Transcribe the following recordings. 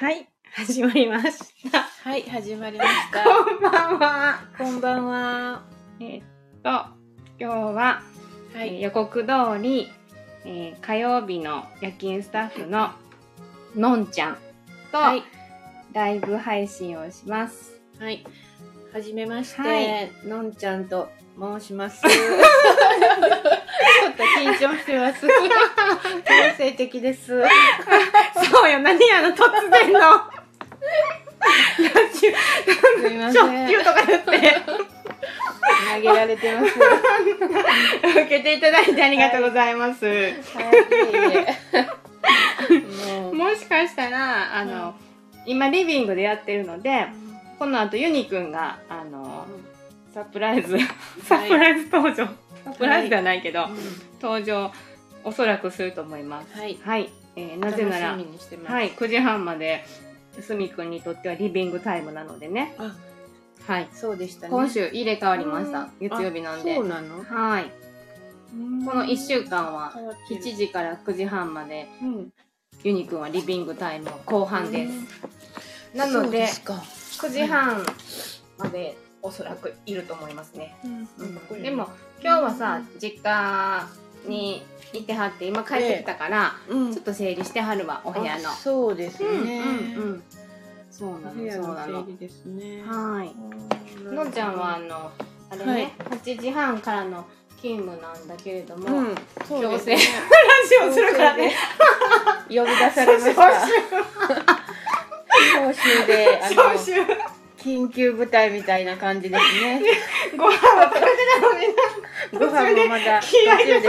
はい、始まりました。 はい、始まりました。 こんばんは。 こんばんは。 今日は、 はい、 予告通り、火曜日の夜勤スタッフののんちゃんと、 はい、 ライブ配信をします。 はい、はじめまして、 はい、 のんちゃんと申します。ちょっと緊張してます。強制的です。 そうよ、何突然のすみません。 直球とか言って投げられてます。 受けていただいてありがとうございます。 はい、 もしかしたら今リビングでやってるので、この後ユニくんがサプライズ登場、サプライズではないけど、登場おそらくすると思います。 はい、 はい、なぜなら、 楽しみにしてます。 はい、9時半まですみくんにとってはリビングタイムなのでね。はい、 そうでしたね。 今週入れ替わりました。月曜日なんで。 そうなの？ はい。この1週間は7時から9時半まで、ユニくんはリビングタイム後半です。なので9時半までおそらくいると思いますね。でも今日はさ、実家にいてはって今帰ってきたから、ちょっと整理してはるわ、お部屋の。 そうですね。 そうなの、 部屋そうなの。 の整理ですね。 はい。のんちゃんはあれね、8時半からの勤務なんだけれども、強制ラジオするからね。 呼び出されました。招集で緊急部隊みたいな感じですね。 ご飯は食べてたのにご飯もまだ途中です。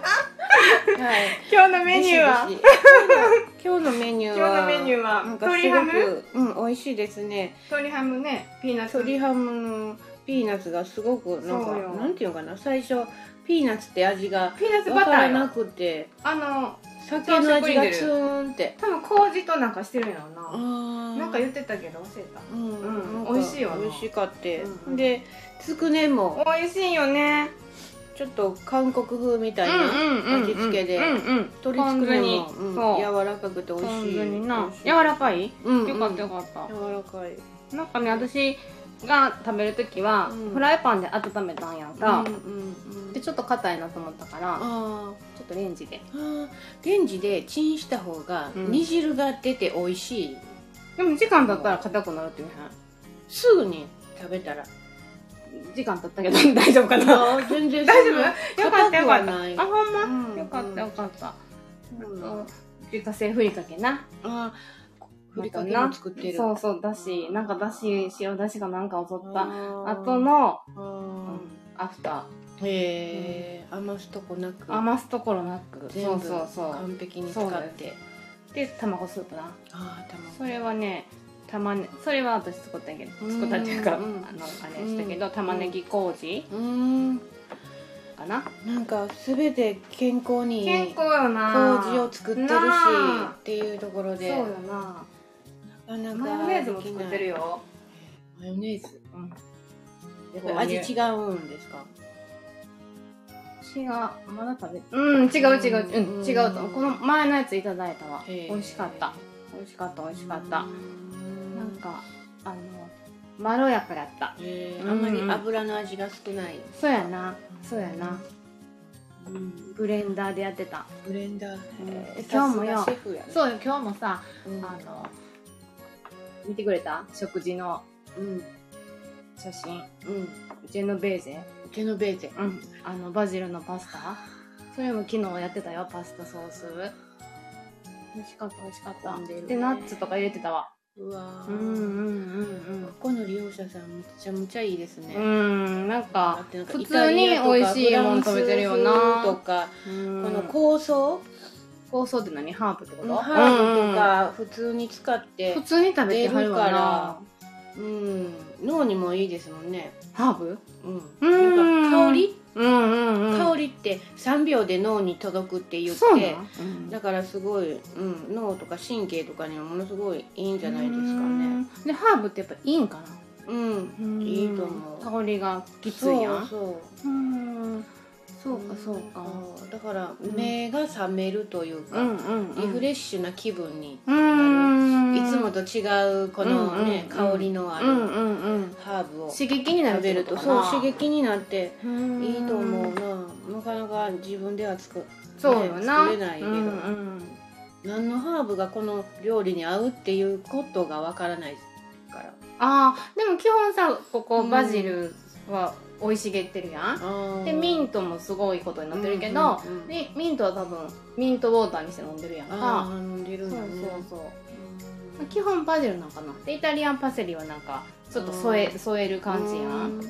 今日のメニューは今日のメニューは鶏ハム、 美味しいですね。 鶏ハムね、ピーナッツ、 鶏ハムのピーナッツがすごくなんていうのかな、最初ピーナッツって味が分からなくて、酒の味がツーンって、 多分麹となんかしてるんやろな。なんか言ってたけど忘れた。美味しいよね。 美味しかって、でつくねも美味しいよね。 ちょっと韓国風みたいな味付けで、鶏つくねも柔らかくて美味しい。 柔らかい？よかったよかった。 柔らかい。 なんかね、私が食べるときはフライパンで温めたんやんか。でちょっと硬いなと思ったから、ちょっとレンジでチンした方が煮汁が出て美味しい。 でも時間経ったら硬くなるって言うへん？ すぐに食べたら。 時間経ったけど大丈夫かな？ 全然大丈夫？よかったよかった。 あ、 ほんま？よかったよかった。自家製ふりかけな。 ふりかけも作ってる。 そうそう、だし、なんかだし、塩だしがなんかを取った後のアフター。 へー、余すとこなく。 余すところなく。 そうそうそう。完璧に使って。 で、卵スープな。 卵。 それはね、それは私作ったけど、作ったっていうか、あれしたけど、玉ねぎ麹かな。なんか全て健康に麹を作ってるしっていうところで。 そうよな。マヨネーズも作ってるよ。 マヨネーズ。味違うんですか？ 違う、まだ食べ違うと。この前のやついただいたわ。美味しかった。なんかまろやかやった。 あんまり油の味が少ない。 そうやな。ブレンダーでやってた。 ブレンダー。 今日もよ。そうよ、今日もさ、見てくれた？食事の写真。ジェノベーゼ。バジルのパスタ。それも昨日やってたよ、パスタソース。美味しかった。で、ナッツとか入れてたわ。 うわここの利用者さんめちゃめちゃいいですね。 なんか普通に美味しいもの食べてるよなとか、この香草って何？ハーブってこと？ ハーブとか普通に使って普通に食べてはるから脳にもいいですもんね。 ハーブ？ なんか香り？香りって3秒で脳に届くって言って、だからすごい、脳とか神経とかにはものすごいいいんじゃないですかね。 でハーブってやっぱいいんかな？ いいと思う。 香りがきついやん。 そうか。だから目が覚めるというか、リフレッシュな気分にないつもと違うこのね、香りのあるハーブを刺激にな食べると、そう刺激になっていいと思うな。なかなか自分では作れないけど、何のハーブがこの料理に合うっていうことがわからないから。 でも基本さ、ここバジルは生い茂ってるやん。でミントもすごいことになってるけど、ミントは多分ミントウォーターにして飲んでるやんか。 飲んでるんだね。 そう基本バジルなんかな。でイタリアンパセリはなんかちょっと添える感じやん。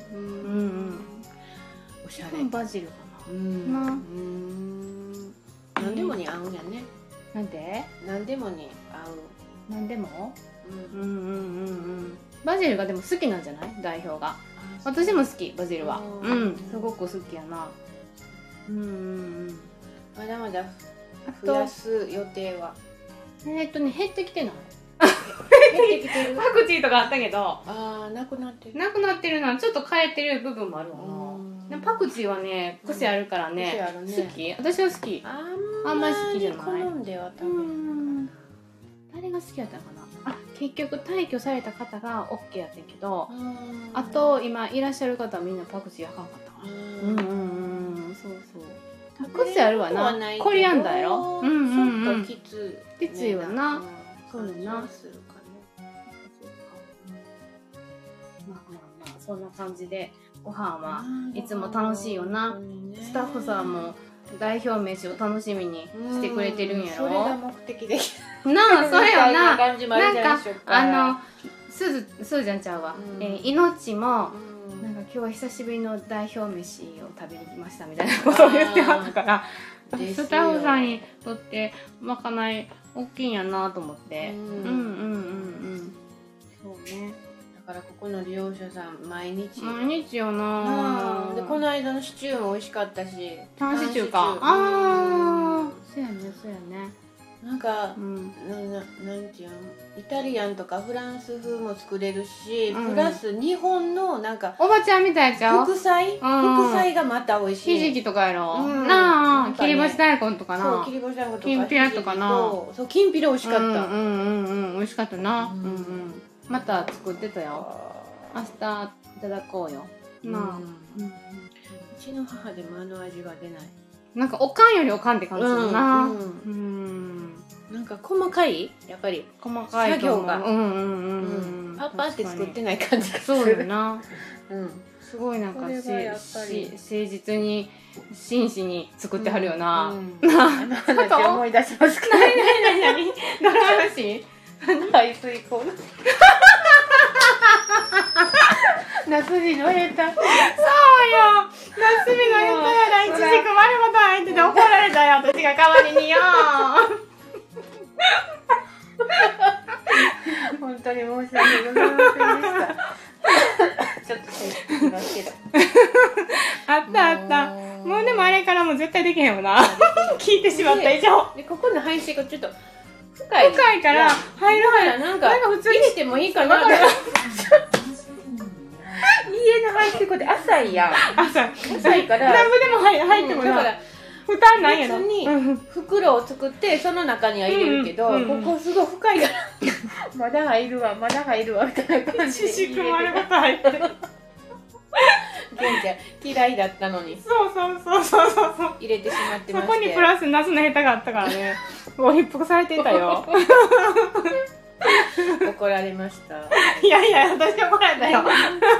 おしゃれ。 基本バジルかな。 何でもに合うんやね。 なんで？ 何でもに合う。 何でも？バジルがでも好きなんじゃない？代表が。私も好き、バジルは。すごく好きやな。 まだまだ増やす予定は？ 減ってきてない？ 減ってきてる。 パクチーとかあったけど、 なくなってる。 なくなってるのはちょっと変えてる部分もあるわな。パクチーはね、癖あるからね。好き？私は好き。あんまり好きじゃない。 好んでは食べる。 誰が好きやったのかな。結局退去された方が OK やってんけど、あと今いらっしゃる方はみんなパクチーあかんかったわ。そう癖あるわな。コリアンダーやろ。 ちょっときついわな。そうやな。そんな感じでご飯はいつも楽しいよな。スタッフさんも代表飯を楽しみにしてくれてるんやろ。 それが目的でなあ、それよな。 なんかすーちゃんちゃうわ。命もなんか今日は久しぶりの代表飯を食べに来ましたみたいなことを言ってはったから、スタッフさんにとってまかない大きいんやなと思って。そうね。 だからここの利用者さん毎日よな。でこの間のシチューも美味しかったし、 タンシチューか。そうやねそうやね。 なんかなんていうの、イタリアンとかフランス風も作れるし、プラス日本のなんかおばちゃんみたいちゃう？ 副菜がまた美味しい。 ひじきとかやろ。なあ、切り干し大根とかな。 そう、切り干し大根とかきんぴらとかな。 そう、きんぴら美味しかった。 美味しかったな。また作ってたよ。明日いただこうよ。なあ。 うちの母でもあの味は出ない。 なんかおかんよりおかんって感じだな。 なんか細かい、やっぱり細かい作業がパッパって作ってない感じがする。 そうよな。すごいなんか誠実に真摯に作ってはるよな。 話思い出しますか？ 何どの話？ 排水口の夏日のヘタ。 そうよ、夏日のヘタやら、いちじく丸ごと入ってて怒られたよ、私が代わりによ。 本当に申し訳ございませんでした。ちょっと失礼ますけど。 あったもうでもあれからもう絶対できへんよな。聞いてしまった以上。 でここの排水口ちょっと深いから入るなんか普通にしてもいいかな。家の排水口って浅いやん。浅いから何部でも入ってもだから負担ないやろ。 別に袋を作ってその中には入れるけど、ここすごい深いからまだ入るわみたいな感じで。 ししく丸ごと入ってる。 玄ちゃん嫌いだったのに。 そう入れてしまってまして。 そこにプラス夏のヘタがあったからね。ご立腹されてたよ。 怒られました。 いや私怒られたよ。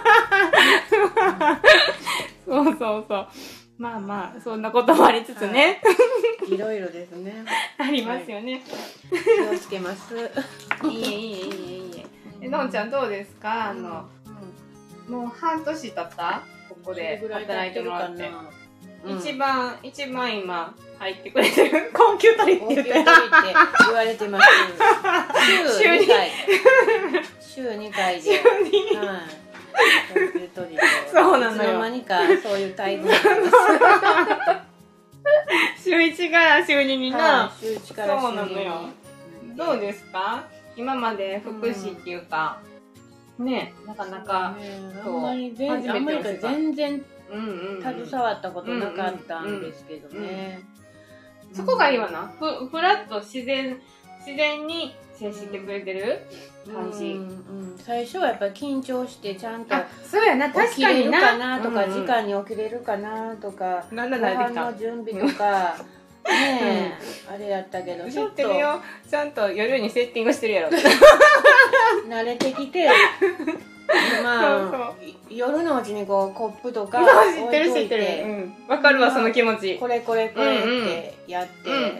そうまあそんなこともありつつね。 いろいろですね。 ありますよね。 気をつけます。 いえ。のんちゃんどうですか？もう半年経ったここで働いてもらって。一番今入ってくれてる高級取りって言って言われてます。週2回。週2回で。高級取りで。 そうなのよ。 いつの間にかそういう態度なんです。 週1から週2にな。 週1から週2。 そうなのよ。どうですか？今まで福祉っていうかね、なかなかあんまり全然携わったことなかったんですけどね。 そこがいいわな。フラッと自然に接してくれてる感じ。 最初はやっぱり緊張してちゃんとそうやな、確かにな。 起きれるかなとか、時間に起きれるかなとか、ご飯の準備とかねえ、あれやったけど、 知ってるよ。ちゃんと夜にセッティングしてるやろ。 慣れてきて、まあ夜のうちにこうコップとか知ってる知ってる。わかるわ、その気持ち。 これってやって、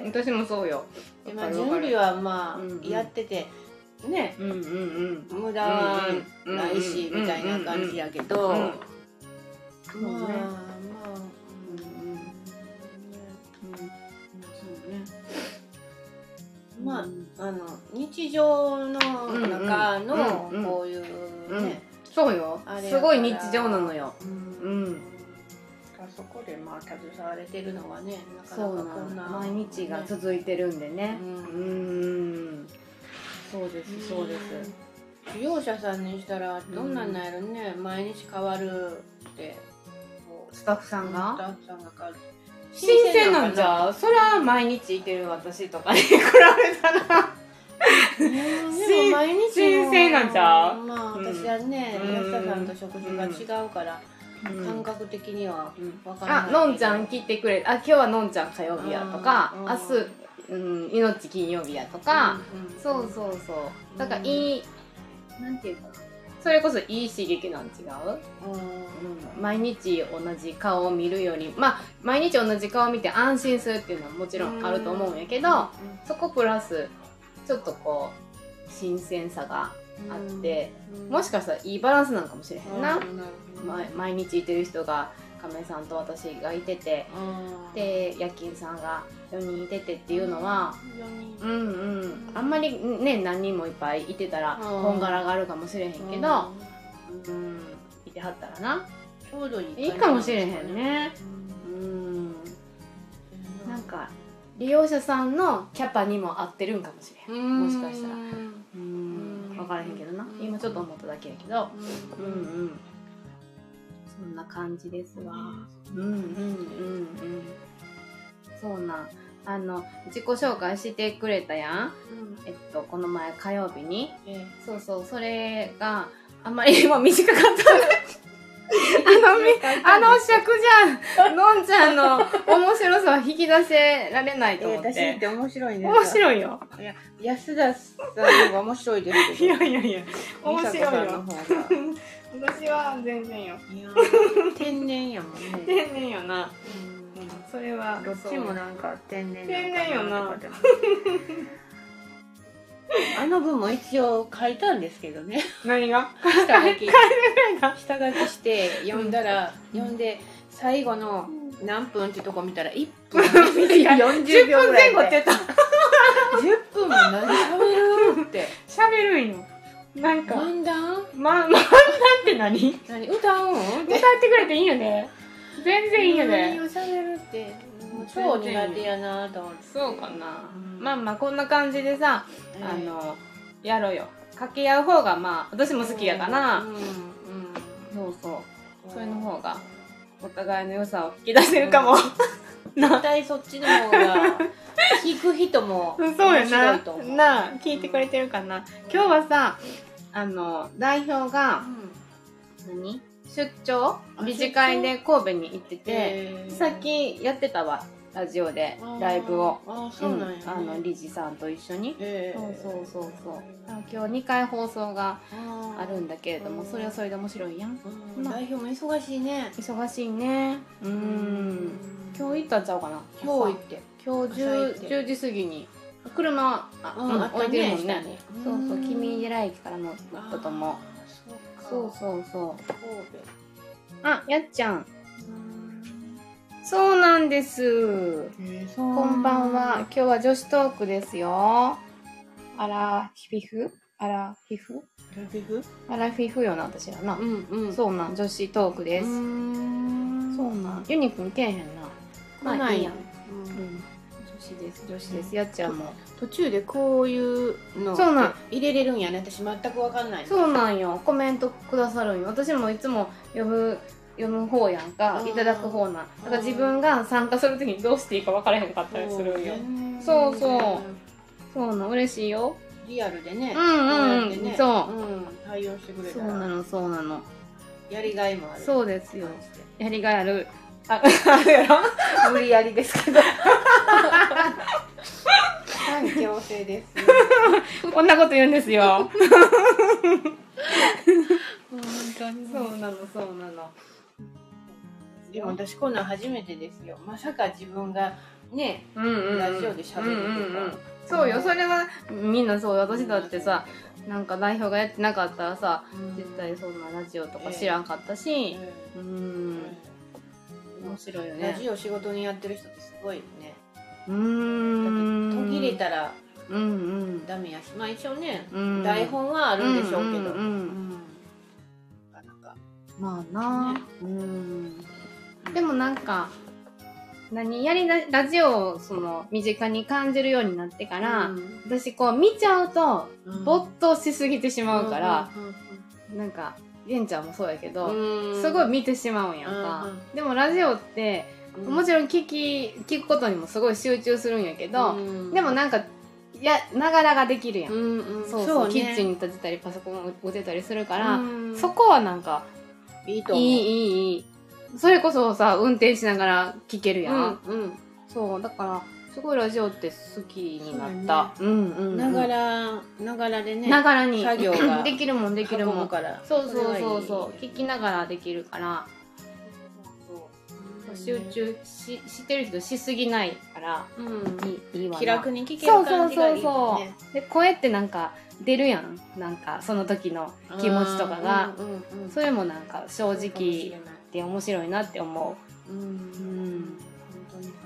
私もそうよ。 準備はまあやっててね、無駄はないしみたいな感じやけど、まあ日常の中のこういうね、 そうよ、すごい日常なのよ。 そこでまあ携われてるのはね、なかなかこんな毎日が続いてるんでね。そうですそうです。 利用者さんにしたらどんなんなんやろね、毎日変わるってスタッフさんが変わる。 新鮮なんじゃう。それは毎日いてる私とかに比べたらでも毎日新鮮なんちゃう。 まあ私はね、安田さんと食事が違うから感覚的には分からない。 のんちゃん来てくれ、今日はのんちゃん火曜日やとか、明日命金曜日やとか、そうそうそう。だからいい、なんていうかな、それこそいい刺激なん違う。毎日同じ顔を見るより、まあ毎日同じ顔を見て安心するっていうのはもちろんあると思うんやけど、そこプラスちょっとこう新鮮さがあって、もしかしたらいいバランスなのかもしれへんな。毎日いてる人が亀さんと私がいてて、で夜勤さんが4人いててっていうのは、あんまりね何人もいっぱいいてたらこんがらがあるかもしれへんけど、いてはったらなちょうどいいかもしれへんね。なんか利用者さんのキャパにも合ってるんかもしれへん、もしかしたら。分からへんけどな、今ちょっと思っただけやけど、そんな感じですわ。そうなん、自己紹介してくれたやん、この前火曜日に、そうそう、それがあんまりにも短かった尺じゃのんちゃんの面白さは引き出せられないと思って。 私って面白いね。 面白いよ。 いや、安田さんの方が面白いですけど。いや面白いよ。私は全然よ。 いや天然やもんね。 天然よな。それはどっちもなんか天然よな。 あの文も一応書いたんですけどね。 何が？ 下書きして読んだら、読んで最後の何分ってとこ見たら1分40秒ぐらいで。10分前後って言った。10分も何喋るって。 喋るんよ。なんか漫談って何？ 歌うん？ 歌ってくれていいよね。全然いいよね。 何を喋るって超苦手やなと思って。 そうかな。まあまあこんな感じでさ、やろうよ。掛け合う方がまあ私も好きやから、そうそう、それの方がお互いの良さを引き出せるかも。 絶対そっちの方が聞く人も面白いと思う。 なあ、聞いてくれてるかな。今日はさ、代表が出張理事会で神戸に行ってて、さっきやってたわ。ラジオでライブを、理事さんと一緒に、そう今日2回放送があるんだけれども、それはそれで面白いやん。 代表も忙しいね。 忙しいね。今日行ったんちゃうかな。 今日 10時過ぎに車置いてるもんね。そうそう、君寺駅から乗ったと思う。そうあ、やっちゃん、そうなんです。こんばんは。今日は女子トークですよ。アラフィフよな、私らな。そうなん、女子トークです。そうなん、ユニくんけえへんな。 まあいいやん。 女子です。やっちゃんも途中でこういうの入れれるんやね。私全く分かんない。 そうなんよ。コメントくださるんよ。私もいつも読む方やんか、いただく方なん。だから自分が参加するときにどうしていいか分からへんかったりするんよ。そうなん、嬉しいよ。 リアルでね、 そう対応してくれたら、 そうなのそうなの、 やりがいもある。 そうですよ、やりがいある。あるやろ無理やりですけど反強制です、 こんなこと言うんですよ本当にそうなのそうなの。 でも私こんなん初めてですよ。まさか自分がね、ラジオで喋るとか、 そうよ、それはみんなそうよ。私だってさ、なんか代表がやってなかったらさ、絶対そんなラジオとか知らんかったし、面白いよね。 ラジオ仕事にやってる人ってすごいよね。 だって途切れたらダメやし、まあ一応ね、台本はあるんでしょうけど、なかなかまあな、でもなんかラジオをその身近に感じるようになってから、私こう見ちゃうと没頭しすぎてしまうから、なんか玄ちゃんもそうやけど、すごい見てしまうんやんか。でもラジオってもちろん聞くことにもすごい集中するんやけど、でもなんかながらができるやん。そうそう、キッチンに立てたりパソコンを打てたりするから、そこはなんかいいと思う。いい。 それこそさ、運転しながら聞けるやん。そうだからすごいラジオって好きになった。 ながらでね。 ながらに作業ができるもん。そうそう聞きながらできるから。集中してるけどしすぎないから、いいわな。 気楽に聞ける感じがいいね。 で声ってなんか出るやん。なんかその時の気持ちとかが、それもなんか正直で面白いなって思う。本当にそう。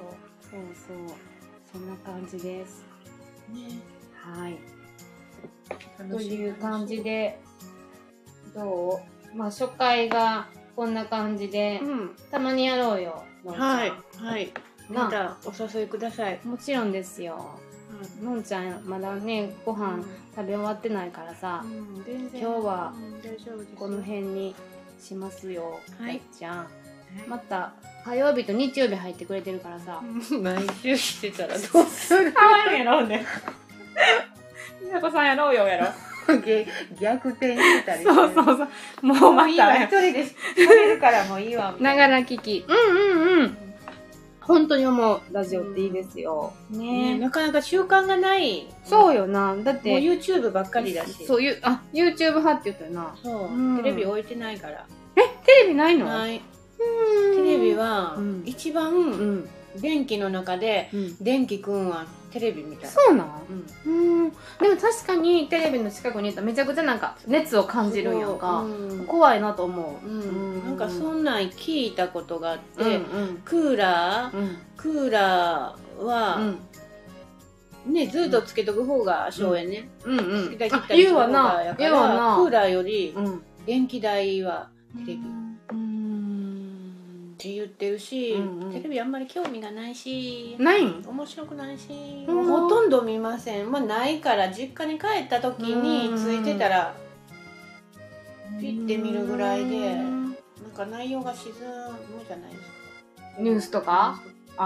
そんな感じです。はい。という感じで、どう？まあ初回がこんな感じで、たまにやろうよ。 はい。またお誘いください。 もちろんですよ。のんちゃんまだねご飯食べ終わってないからさ、今日はこの辺にしますよ。じゃあまた火曜日と日曜日入ってくれてるからさ、 毎週してたらどうする？ 変わるやろね。みなこさんやろうよやろ。 逆転してたりして。 そうもうまた一人で喋るからもういいわ。 ながら聞き。本当に思う。ラジオっていいですよ。ね。 なかなか習慣がない。 そうよな。だって。 もう YouTube ばっかりだし。 そう、YouTube 派って言ったよな。 そう。テレビ置いてないから。 テレビないの？ ない。テレビは、一番、電気の中で、電気くんはテレビみたいな。 そうなん？でも確かにテレビの近くにいたらめちゃくちゃなんか熱を感じるんやんか。怖いなと思う。 なんかそんなん聞いたことがあって、クーラーは、ね、ずっとつけとく方が省エネ。 言うわな。 クーラーより電気代はテレビ。って言ってるし、テレビあんまり興味がないし、面白くないし、ほとんど見ません。まあないから実家に帰った時についてたらピッて見るぐらいで、なんか内容が沈むじゃないですか。 ニュースとか？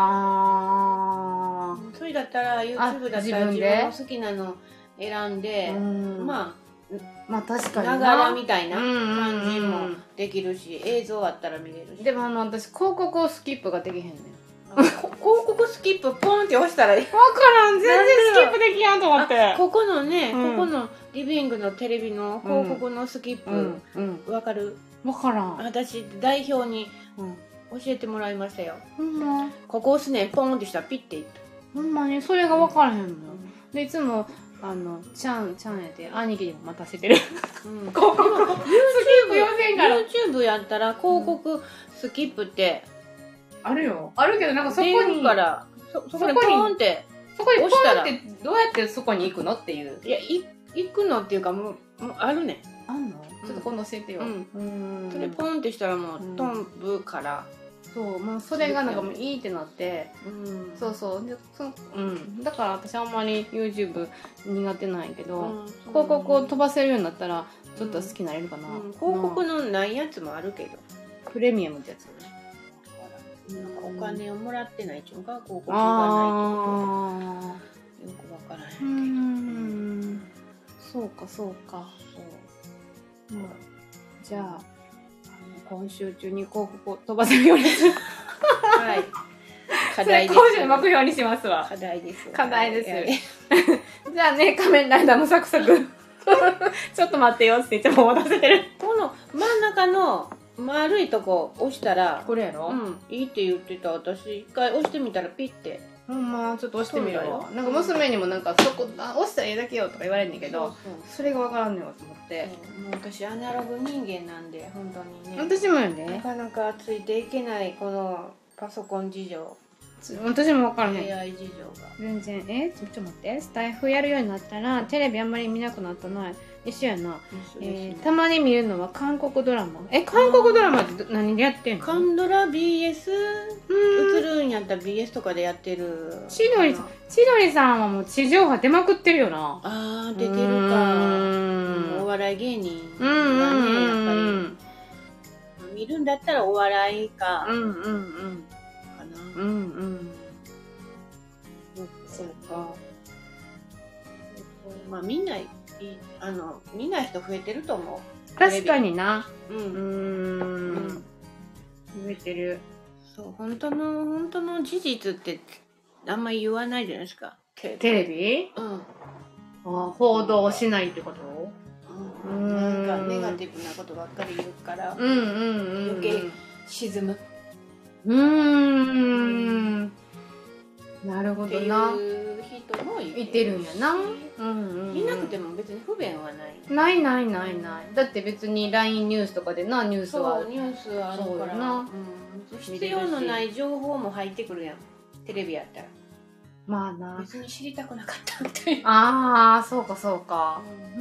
それだったら YouTube だったら自分の好きなの選んで、 まあ確かにながらみたいな感じもできるし、映像あったら見れるし。 でも私広告をスキップができへんねん。 広告スキップポンって押したら分からん、全然スキップできやんと思って。 ここのね、ここのリビングのテレビの広告のスキップ分かる？ 分からん。 私代表に教えてもらいましたよ。ここ押すね、ポンってしたらピッていった。 ほんまにそれが分からへんの。でいつもちゃんやって兄貴にも待たせてる。 広告 YouTube やったら広告スキップってあるよ。あるけどなんかそこにからそこにポンって押したらどうやってそこに行くのっていう。 いや行くのっていうかもうあるね。 あんの？ちょっと今度教えてよ。 それポンってしたらもう飛ぶから。 そうもうそれがなんかもういいってなって、だから私あんまり YouTube 苦手なんやけど、広告を飛ばせるようになったらちょっと好きになれるかな。 広告のないやつもあるけど、 プレミアムってやつ。 お金をもらってないっていうか広告がないってことはよくわからへんけど。 そうかそうか。そう。じゃあ今週中に広告を飛ばせるようにする。 はい。課題です。 今週の目標にしますわ。 課題です。 課題です。じゃあね、仮面ライダーのサクサク。ちょっと待ってよって言ってもう出せてる。 この真ん中の丸いとこ押したら、 これやろ？ いいって言ってた。私一回押してみたらピッて。 ほんま、ちょっと押してみるわ。なんか娘にもなんかそこ押したらええだけよとか言われるんだけど、それがわからんのよと思って。 もう私アナログ人間なんで本当にね。 私もよね。 なかなかついていけないこのパソコン事情。 私も分からへん。 AI 事情が全然。ちょっと待って。スタイフやるようになったらテレビあんまり見なくなったな。一緒やな。たまに見るのは韓国ドラマ。韓国ドラマって何でやってんの？ 韓ドラ BS 映るんやったら BS とかでやってる。 千鳥さんはもう地上波出まくってるよな。 あー出てるか。お笑い芸人がねやっぱり見るんだったらお笑いか。そうか。まあ見ない人増えてると思う。 確かにな。増えてる。 そう本当の事実ってあんまり言わないじゃないですか。 テレビ？報道しないってこと？ なんかネガティブなことばっかり言うから余計沈む。 なるほどな。 っていう人もいてるんやな。 いなくても別に不便はない。 ない。だって別に LINE ニュースとかでな、ニュースは。 ニュースはあるからな。必要のない情報も入ってくるやん。テレビやったら。 まあな。 別に知りたくなかったみたいな。 ああ、そうか。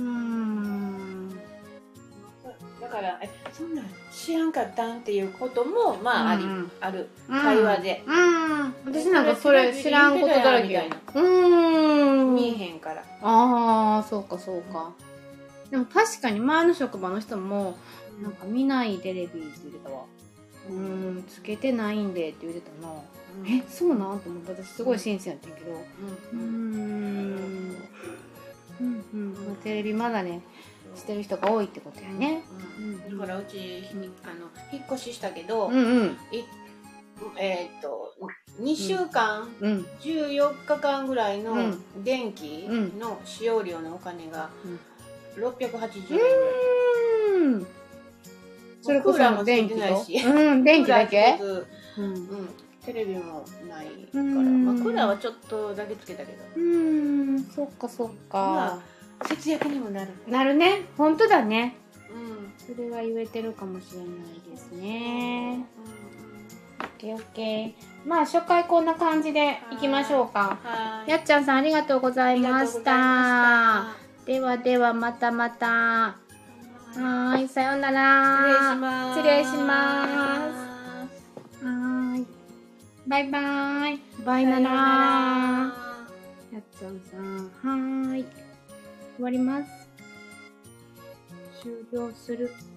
だからそんなん知らんかったんっていうこともまあある会話で。 私なんかそれ知らんことだらけやな。 見えへんから。 ああ、そうか。でも確かに前の職場の人もなんか見ないテレビって言ってたわ。つけてないんでって言ってたな。そうなんと思って私すごい新鮮やったんやけど。テレビまだねしてる人が多いってことやね。 だからうち引っ越ししたけど、2週間、14日間ぐらいの電気の使用量のお金が680円ぐらい。それクーラーもついてないし、 電気だけ？ テレビもないから、まあクーラーはちょっとだけつけたけど。 そっか。 節約にもなる。 なるね。本当だね。それは言えてるかもしれないですね。オッケー。まあ初回こんな感じでいきましょうか。やっちゃんさんありがとうございました。ではまた。はい、さようなら。失礼します。はい。バイバイ。バイナラ。やっちゃんさん、はい。終わります。終了する。